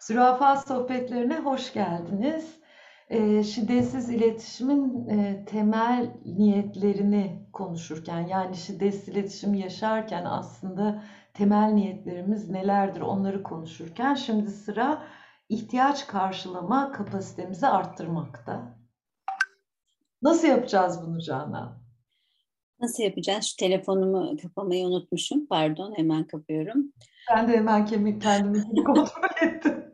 Zürafa sohbetlerine hoş geldiniz. Şiddetsiz iletişimin temel niyetlerini konuşurken, yani şiddetsiz iletişim yaşarken aslında temel niyetlerimiz nelerdir onları konuşurken şimdi sıra ihtiyaç karşılama kapasitemizi arttırmakta. Nasıl yapacağız bunu Canan? Nasıl yapacağız? Şu telefonumu kapamayı unutmuşum. Pardon, hemen kapıyorum. Ben de hemen kendimizi kontrol ettim.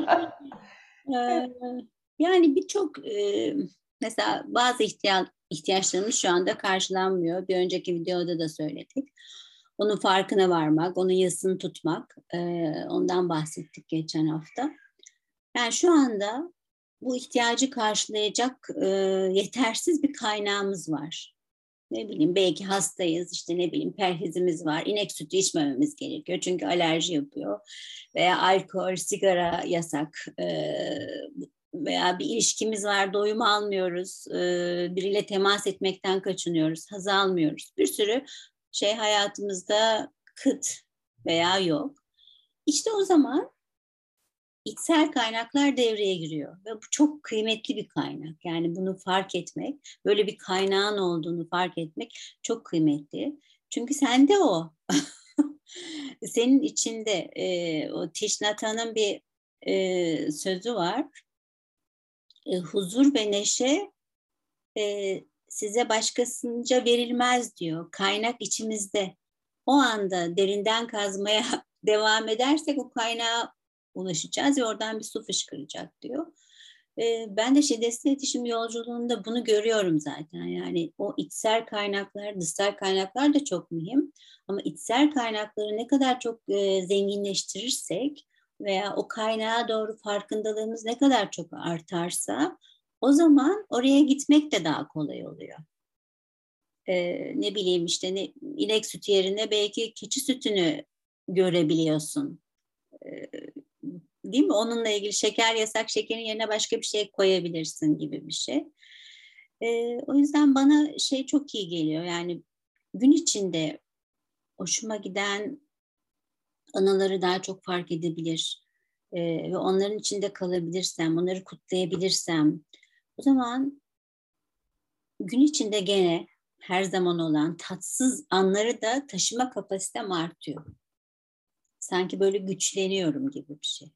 Ee, Yani birçok mesela bazı ihtiyaçlarımız şu anda karşılanmıyor. Bir önceki videoda da söyledik. Onun farkına varmak, onun yasını tutmak, ondan bahsettik geçen hafta. Yani şu anda bu ihtiyacı karşılayacak yetersiz bir kaynağımız var. Ne bileyim belki hastayız, işte ne bileyim perhizimiz var, inek sütü içmememiz gerekiyor çünkü alerji yapıyor, veya alkol, sigara yasak, veya bir ilişkimiz var, doyum almıyoruz, biriyle temas etmekten kaçınıyoruz, haz almıyoruz, bir sürü şey hayatımızda kıt veya yok. İşte o zaman içsel kaynaklar devreye giriyor ve bu çok kıymetli bir kaynak. Yani bunu fark etmek, böyle bir kaynağın olduğunu fark etmek çok kıymetli. Çünkü sende o. Senin içinde o Thich Nhat Hanh'ın bir sözü var. Huzur ve neşe size başkasınca verilmez diyor. Kaynak içimizde. O anda derinden kazmaya devam edersek o kaynağa ulaşacağız ve oradan bir su fışkıracak diyor. Ben de şiddetsiz iletişim yolculuğunda bunu görüyorum zaten. Yani o içsel kaynaklar, dışsal kaynaklar da çok mühim. Ama içsel kaynakları ne kadar çok zenginleştirirsek veya o kaynağa doğru farkındalığımız ne kadar çok artarsa o zaman oraya gitmek de daha kolay oluyor. Ne bileyim işte inek sütü yerine belki keçi sütünü görebiliyorsun. Ee, Değil mi? Onunla ilgili şeker yasak, şekerin yerine başka bir şey koyabilirsin gibi bir şey. O yüzden bana şey çok iyi geliyor. Yani gün içinde hoşuma giden anıları daha çok fark edebilir. Ve onların içinde kalabilirsem, onları kutlayabilirsem, o zaman gün içinde gene her zaman olan tatsız anları da taşıma kapasitem artıyor. Sanki böyle güçleniyorum gibi bir şey.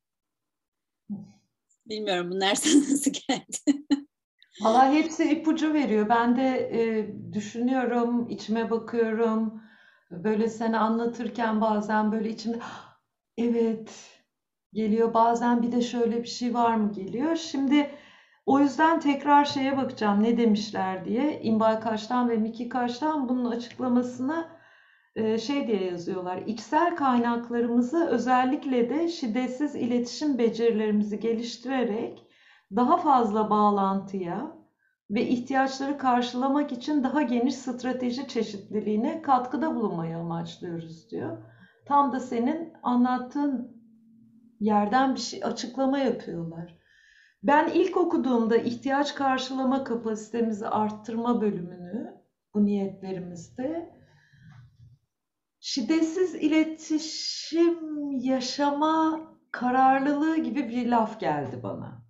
Bilmiyorum bunlar sana nasıl geldi? Vallahi hepsi ipucu veriyor. Ben de düşünüyorum, içime bakıyorum. Böyle seni anlatırken bazen böyle içimde "Ah, evet geliyor. Bazen bir de şöyle bir şey var mı geliyor. Şimdi o yüzden tekrar şeye bakacağım ne demişler diye. İmbal Kaş'tan ve Miki Kaş'tan bunun açıklamasını şey diye yazıyorlar. İçsel kaynaklarımızı özellikle de şiddetsiz iletişim becerilerimizi geliştirerek daha fazla bağlantıya ve ihtiyaçları karşılamak için daha geniş strateji çeşitliliğine katkıda bulunmayı amaçlıyoruz diyor. Tam da senin anlattığın yerden bir şey açıklama yapıyorlar. Ben ilk okuduğumda ihtiyaç karşılama kapasitemizi arttırma bölümünü bu niyetlerimizde şiddetsiz iletişim yaşama kararlılığı gibi bir laf geldi bana.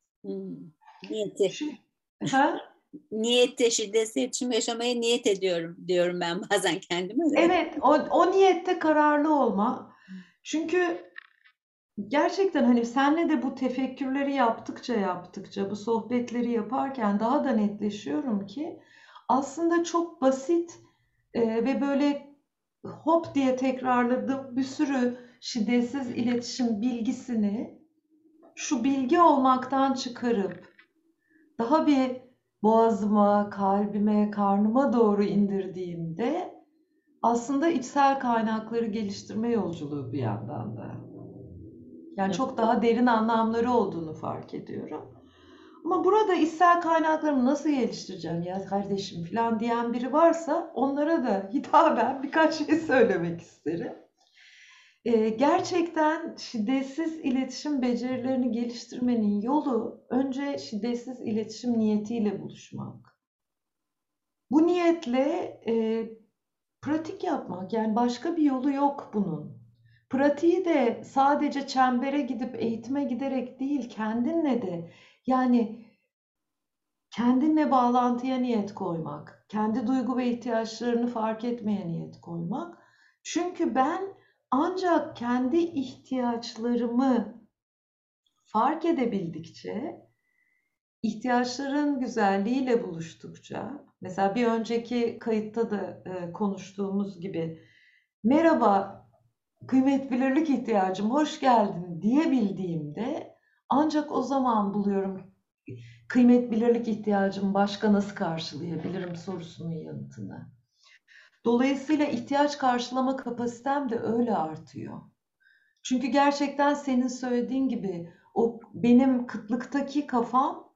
Niyeti. Şu, ha? Niyeti, şiddetsiz iletişim yaşamaya niyet ediyorum diyorum ben bazen kendime de. Evet, o niyette kararlı olma. Çünkü gerçekten hani senle de bu tefekkürleri yaptıkça, bu sohbetleri yaparken daha da netleşiyorum ki aslında çok basit ve böyle hop diye tekrarladığım bir sürü şiddetsiz iletişim bilgisini şu bilgi olmaktan çıkarıp daha bir boğazıma, kalbime, karnıma doğru indirdiğimde aslında içsel kaynakları geliştirme yolculuğu bir yandan da. Yani çok daha derin anlamları olduğunu fark ediyorum. Ama burada içsel kaynaklarımı nasıl geliştireceğim ya kardeşim falan diyen biri varsa onlara da hitaben birkaç şey söylemek isterim. Gerçekten şiddetsiz iletişim becerilerini geliştirmenin yolu önce şiddetsiz iletişim niyetiyle buluşmak. Bu niyetle pratik yapmak yani başka bir yolu yok bunun. Pratiği de sadece çembere gidip eğitime giderek değil, kendinle de yani kendinle bağlantıya niyet koymak, kendi duygu ve ihtiyaçlarını fark etmeye niyet koymak. Çünkü ben ancak kendi ihtiyaçlarımı fark edebildikçe, ihtiyaçların güzelliğiyle buluştukça, mesela bir önceki kayıtta da konuştuğumuz gibi, merhaba kıymet bilirlik ihtiyacım, hoş geldin diyebildiğimde ancak o zaman buluyorum kıymet bilirlik ihtiyacımı başka nasıl karşılayabilirim sorusunun yanıtını. Dolayısıyla ihtiyaç karşılama kapasitem de öyle artıyor. Çünkü gerçekten senin söylediğin gibi o benim kıtlıktaki kafam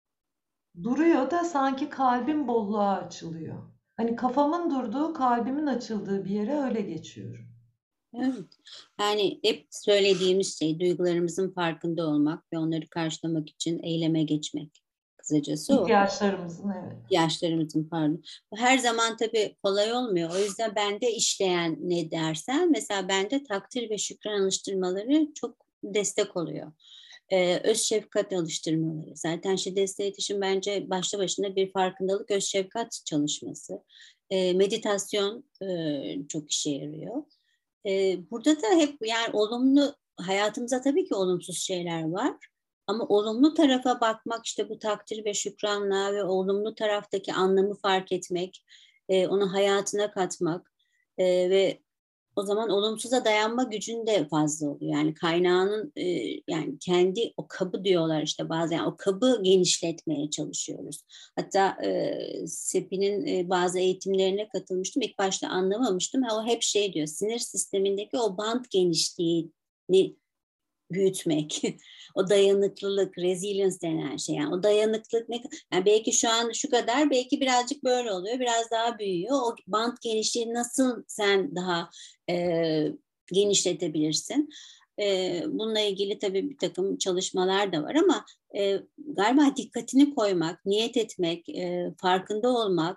duruyor da sanki kalbim bolluğa açılıyor. Hani kafamın durduğu, kalbimin açıldığı bir yere öyle geçiyorum. Evet. Yani hep söylediğimiz şey duygularımızın farkında olmak ve onları karşılamak için eyleme geçmek. Kısacası o. İhtiyaçlarımızın, evet. Yaşlarımızın pardon. Her zaman tabii kolay olmuyor. O yüzden bende işleyen ne dersen mesela bende takdir ve şükran alıştırmaları çok destek oluyor. Öz şefkat alıştırmaları. Zaten şiddetli iletişim bence başlı başına bir farkındalık, öz şefkat çalışması. Meditasyon çok işe yarıyor. Burada da hep yani olumlu hayatımıza tabii ki olumsuz şeyler var. Ama olumlu tarafa bakmak işte bu takdir ve şükranla ve olumlu taraftaki anlamı fark etmek, onu hayatına katmak ve o zaman olumsuza dayanma gücün de fazla oluyor. Yani kaynağının yani kendi o kabı diyorlar işte bazen o kabı genişletmeye çalışıyoruz. Hatta SEPI'nin bazı eğitimlerine katılmıştım. İlk başta anlamamıştım. O hep şey diyor sinir sistemindeki o bant genişliğini büyütmek. O dayanıklılık, resilience denen şey. Yani o dayanıklılık ne yani belki şu an şu kadar, belki birazcık böyle oluyor, biraz daha büyüyor. O bant genişliği nasıl sen daha e, genişletebilirsin? Bununla ilgili tabii bir takım çalışmalar da var ama galiba dikkatini koymak, niyet etmek, farkında olmak,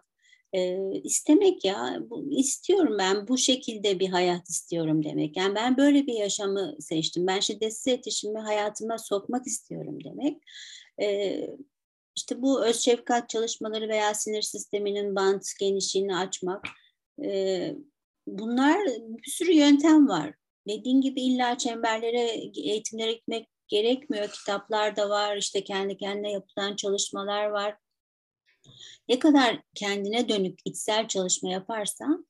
istemek ya istiyorum ben bu şekilde bir hayat istiyorum demek. Yani ben böyle bir yaşamı seçtim. Ben şiddetsiz iletişimi hayatıma sokmak istiyorum demek. E, işte bu öz şefkat çalışmaları veya sinir sisteminin bant genişliğini açmak. e, Bunlar bir sürü yöntem var. Dediğin gibi illa çemberlere, eğitimlere gitmek gerekmiyor. Kitaplar da var, işte kendi kendine yapılan çalışmalar var. Ne kadar kendine dönük içsel çalışma yaparsan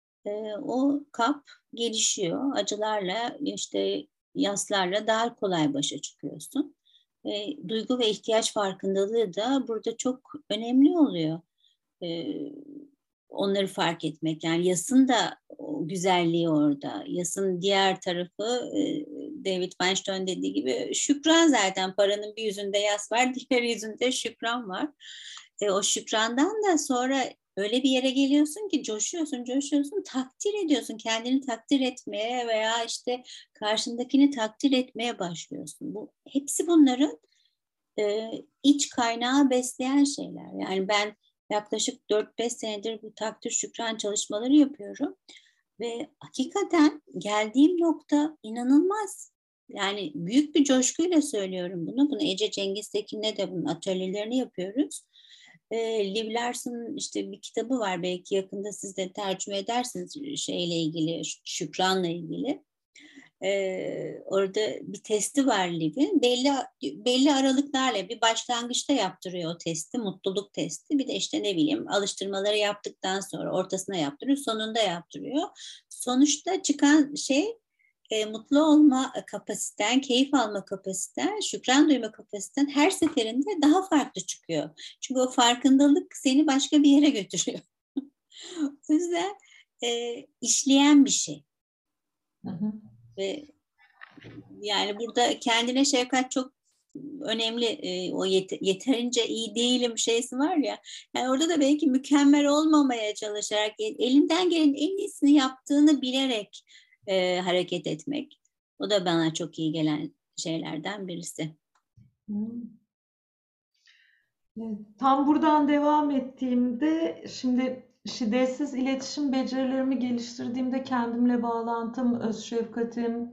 o kap gelişiyor. Acılarla işte yaslarla daha kolay başa çıkıyorsun. Duygu ve ihtiyaç farkındalığı da burada çok önemli oluyor. E, Onları fark etmek. Yani yasın da o güzelliği orada. Yasın diğer tarafı David Weinstein dediği gibi şükran zaten. Paranın bir yüzünde yas var, diğer yüzünde şükran var. O şükrandan da sonra öyle bir yere geliyorsun ki coşuyorsun, takdir ediyorsun. Kendini takdir etmeye veya işte karşındakini takdir etmeye başlıyorsun. Hepsi bunların iç kaynağı besleyen şeyler. Yani ben yaklaşık 4-5 senedir bu takdir şükran çalışmaları yapıyorum. Ve hakikaten geldiğim nokta inanılmaz. Yani büyük bir coşkuyla söylüyorum bunu. Bunu Ece Cengiz Tekin'le de bunun atölyelerini yapıyoruz. Liv Larson'ın işte bir kitabı var. Belki yakında siz de tercüme edersiniz şeyle ilgili, şükranla ilgili. Orada bir testi var Liv'in. Belli aralıklarla bir başlangıçta yaptırıyor o testi, mutluluk testi. Bir de işte ne bileyim alıştırmaları yaptıktan sonra ortasına yaptırıyor, sonunda yaptırıyor. Sonuçta çıkan şey mutlu olma kapasiten, keyif alma kapasiten, şükran duyma kapasiten her seferinde daha farklı çıkıyor. Çünkü o farkındalık seni başka bir yere götürüyor. O yüzden işleyen bir şey. Hı hı. Ve yani burada kendine şefkat çok önemli. O yeterince iyi değilim şeysi var ya. Yani orada da belki mükemmel olmamaya çalışarak elinden gelen en iyisini yaptığını bilerek hareket etmek. O da bana çok iyi gelen şeylerden birisi. Hı. Tam buradan devam ettiğimde şimdi şiddetsiz iletişim becerilerimi geliştirdiğimde kendimle bağlantım, öz şefkatim,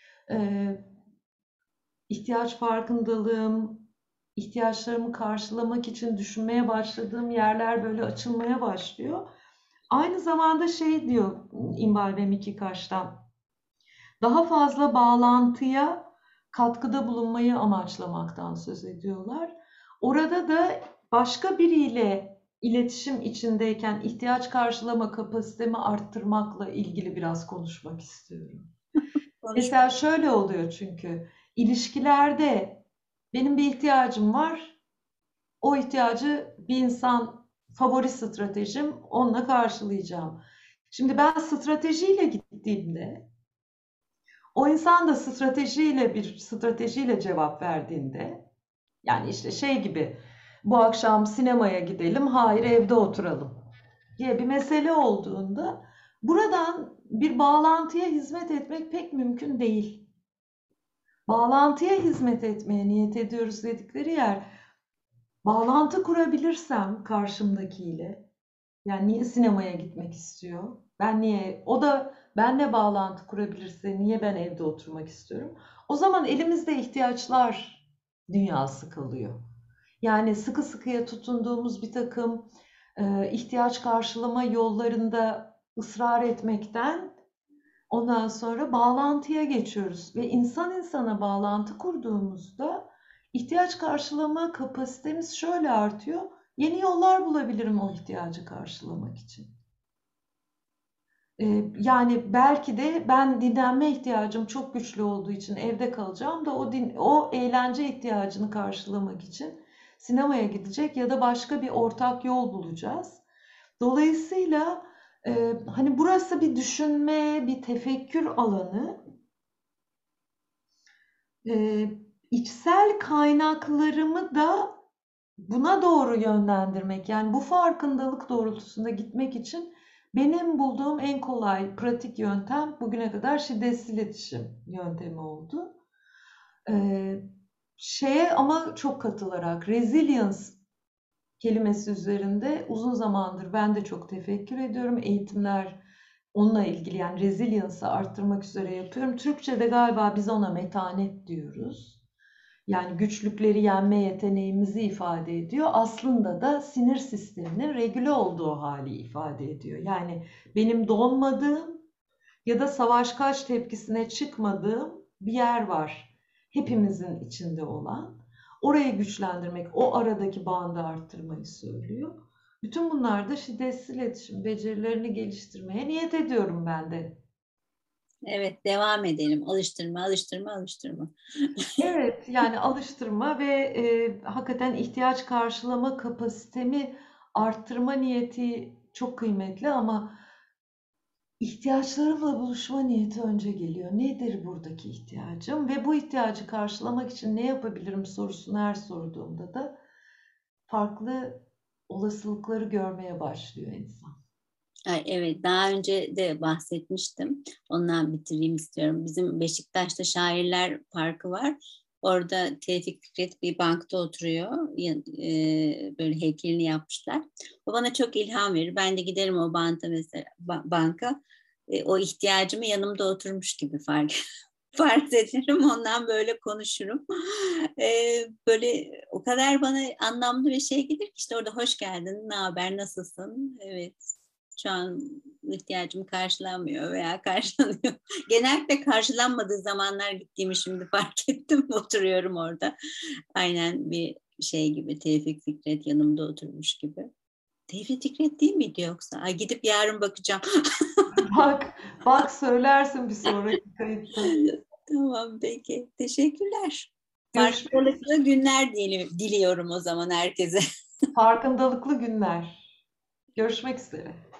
ihtiyaç farkındalığım, ihtiyaçlarımı karşılamak için düşünmeye başladığım yerler böyle açılmaya başlıyor. Aynı zamanda şey diyor İnbal ve Mikikaş'tan, daha fazla bağlantıya katkıda bulunmayı amaçlamaktan söz ediyorlar. Orada da başka biriyle iletişim içindeyken ihtiyaç karşılama kapasitemi arttırmakla ilgili biraz konuşmak istiyorum. Konuş. Mesela şöyle oluyor çünkü ilişkilerde benim bir ihtiyacım var. O ihtiyacı bir insan favori stratejim onunla karşılayacağım. Şimdi ben stratejiyle gittiğimde o insan da stratejiyle cevap verdiğinde yani işte şey gibi bu akşam sinemaya gidelim, hayır evde oturalım diye bir mesele olduğunda buradan bir bağlantıya hizmet etmek pek mümkün değil. Bağlantıya hizmet etmeye niyet ediyoruz dedikleri yer bağlantı kurabilirsem karşımdakiyle yani niye sinemaya gitmek istiyor? Ben niye? O da benle bağlantı kurabilirse niye ben evde oturmak istiyorum? O zaman elimizde ihtiyaçlar dünyası kalıyor. Yani sıkı sıkıya tutunduğumuz bir takım ihtiyaç karşılama yollarında ısrar etmekten ondan sonra bağlantıya geçiyoruz ve insan insana bağlantı kurduğumuzda ihtiyaç karşılama kapasitemiz şöyle artıyor. Yeni yollar bulabilirim o ihtiyacı karşılamak için. Yani belki de ben dinlenme ihtiyacım çok güçlü olduğu için evde kalacağım da o eğlence ihtiyacını karşılamak için sinemaya gidecek ya da başka bir ortak yol bulacağız. Dolayısıyla hani burası bir düşünme, bir tefekkür alanı. İçsel kaynaklarımı da buna doğru yönlendirmek, yani bu farkındalık doğrultusunda gitmek için benim bulduğum en kolay pratik yöntem bugüne kadar şiddetsiz iletişim yöntemi oldu. Şeye ama çok katılarak resilience kelimesi üzerinde uzun zamandır ben de çok tefekkür ediyorum. Eğitimler onunla ilgili yani resilience'ı arttırmak üzere yapıyorum. Türkçe'de galiba biz ona metanet diyoruz. Yani güçlükleri yenme yeteneğimizi ifade ediyor. Aslında da sinir sisteminin regüle olduğu hali ifade ediyor. Yani benim donmadığım ya da savaş kaç tepkisine çıkmadığım bir yer var. Hepimizin içinde olan. Orayı güçlendirmek, o aradaki bağı arttırmayı söylüyor. Bütün bunlar da şiddetsiz iletişim becerilerini geliştirmeye niyet ediyorum ben de. Evet, devam edelim. Alıştırma, alıştırma, alıştırma. Evet, yani alıştırma ve hakikaten ihtiyaç karşılama kapasitemi arttırma niyeti çok kıymetli ama ihtiyaçlarımla buluşma niyeti önce geliyor. Nedir buradaki ihtiyacım ve bu ihtiyacı karşılamak için ne yapabilirim sorusunu her sorduğumda da farklı olasılıkları görmeye başlıyor insan. Ay, evet, daha önce de bahsetmiştim. Ondan bitireyim istiyorum. Bizim Beşiktaş'ta Şairler Parkı var. Orada Tevfik Fikret bir bankta oturuyor. Böyle heykelini yapmışlar. O bana çok ilham verir. Ben de giderim o banka mesela banka. O ihtiyacımı yanımda oturmuş gibi fark ederim. Ondan böyle konuşurum. Böyle o kadar bana anlamlı bir şey gelir ki işte orada hoş geldin, ne haber, nasılsın? Evet. Şu an ihtiyacım karşılanmıyor veya karşılanıyor. Genellikle karşılanmadığı zamanlar gittiğimi şimdi fark ettim. Oturuyorum orada. Aynen bir şey gibi Tevfik Fikret yanımda oturmuş gibi. Tevfik Fikret değil miydi yoksa? Ay, gidip yarın bakacağım. Bak, bak söylersin bir sonraki kayıtta. Tamam, peki. Teşekkürler. Görüşmek Farkındalıklı günler diliyorum o zaman herkese. farkındalıklı günler. Görüşmek üzere.